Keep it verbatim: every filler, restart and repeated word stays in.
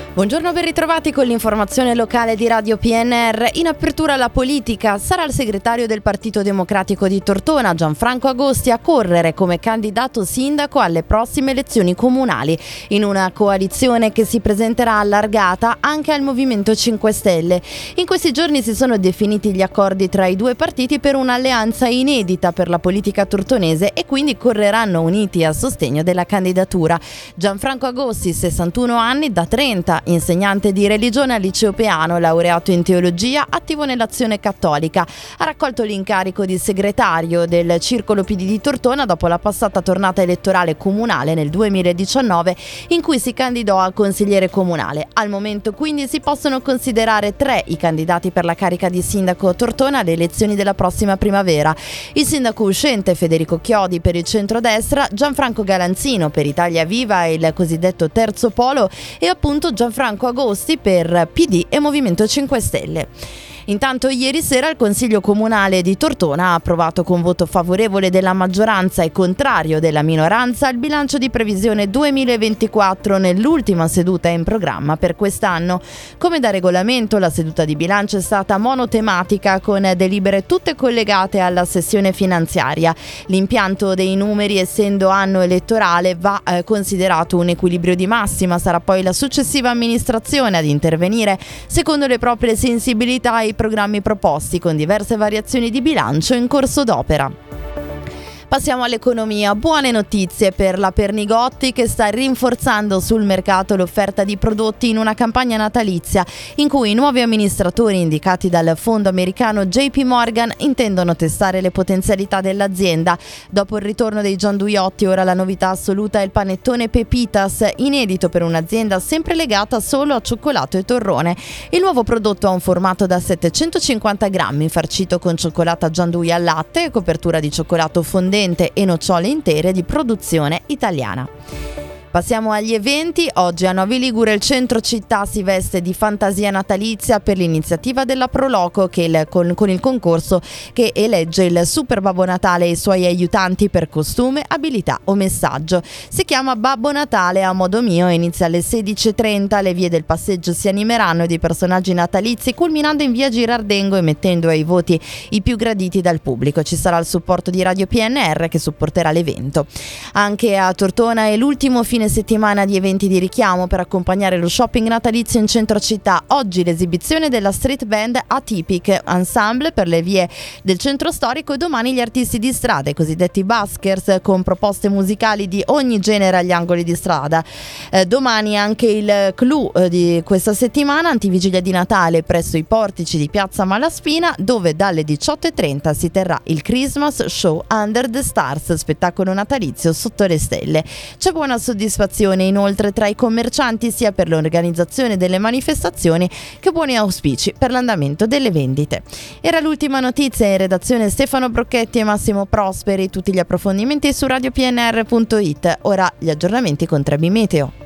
Buongiorno, ben ritrovati con l'informazione locale di Radio P N R. In apertura alla politica sarà il segretario del Partito Democratico di Tortona, Gianfranco Agosti, a correre come candidato sindaco alle prossime elezioni comunali, in una coalizione che si presenterà allargata anche al Movimento cinque Stelle. In questi giorni si sono definiti gli accordi tra i due partiti per un'alleanza inedita per la politica tortonese e quindi correranno uniti a sostegno della candidatura. Gianfranco Agosti, sessantuno anni, da trenta, insegnante di religione al liceo Peano, laureato in teologia, attivo nell'Azione Cattolica. Ha raccolto l'incarico di segretario del Circolo P D di Tortona dopo la passata tornata elettorale comunale nel duemiladiciannove, in cui si candidò a consigliere comunale. Al momento quindi si possono considerare tre i candidati per la carica di sindaco a Tortona alle elezioni della prossima primavera: il sindaco uscente Federico Chiodi per il centrodestra, Gianfranco Galanzino per Italia Viva e il cosiddetto Terzo Polo e appunto Gianfranco Agosti per P D e Movimento cinque Stelle. Intanto ieri sera il Consiglio Comunale di Tortona ha approvato con voto favorevole della maggioranza e contrario della minoranza il bilancio di previsione duemilaventiquattro nell'ultima seduta in programma per quest'anno. Come da regolamento, la seduta di bilancio è stata monotematica, con delibere tutte collegate alla sessione finanziaria. L'impianto dei numeri, essendo anno elettorale, va eh, considerato un equilibrio di massima. Sarà poi la successiva amministrazione ad intervenire secondo le proprie sensibilità e programmi proposti, con diverse variazioni di bilancio in corso d'opera. Passiamo all'economia. Buone notizie per la Pernigotti, che sta rinforzando sul mercato l'offerta di prodotti in una campagna natalizia in cui i nuovi amministratori indicati dal fondo americano J P Morgan intendono testare le potenzialità dell'azienda. Dopo il ritorno dei gianduiotti, ora la novità assoluta è il panettone Pepitas, inedito per un'azienda sempre legata solo a cioccolato e torrone. Il nuovo prodotto ha un formato da settecentocinquanta grammi, farcito con cioccolata gianduia al latte e copertura di cioccolato fondente e nocciole intere di produzione italiana. Passiamo agli eventi. Oggi a Novi Ligure il centro città si veste di fantasia natalizia per l'iniziativa della Proloco, che il, con, con il concorso che elegge il Super Babbo Natale e i suoi aiutanti per costume, abilità o messaggio. Si chiama Babbo Natale a modo mio e inizia alle sedici e trenta. Le vie del passeggio si animeranno di personaggi natalizi, culminando in via Girardengo e mettendo ai voti i più graditi dal pubblico. Ci sarà il supporto di Radio P N R che supporterà l'evento. Anche a Tortona è l'ultimo fine settimana di eventi di richiamo per accompagnare lo shopping natalizio in centro città. Oggi l'esibizione della street band Atypic Ensemble per le vie del centro storico e domani gli artisti di strada, i cosiddetti buskers, con proposte musicali di ogni genere agli angoli di strada. Eh, domani anche il clou eh, di questa settimana, antivigilia di Natale presso i portici di Piazza Malaspina, dove dalle diciotto e trenta si terrà il Christmas Show Under the Stars, spettacolo natalizio sotto le stelle. C'è buona soddisfazione inoltre tra i commercianti sia per l'organizzazione delle manifestazioni che buoni auspici per l'andamento delle vendite. Era l'ultima notizia. In redazione Stefano Brocchetti e Massimo Prosperi. Tutti gli approfondimenti su radio p n r punto i t. Ora gli aggiornamenti con Trebi Meteo.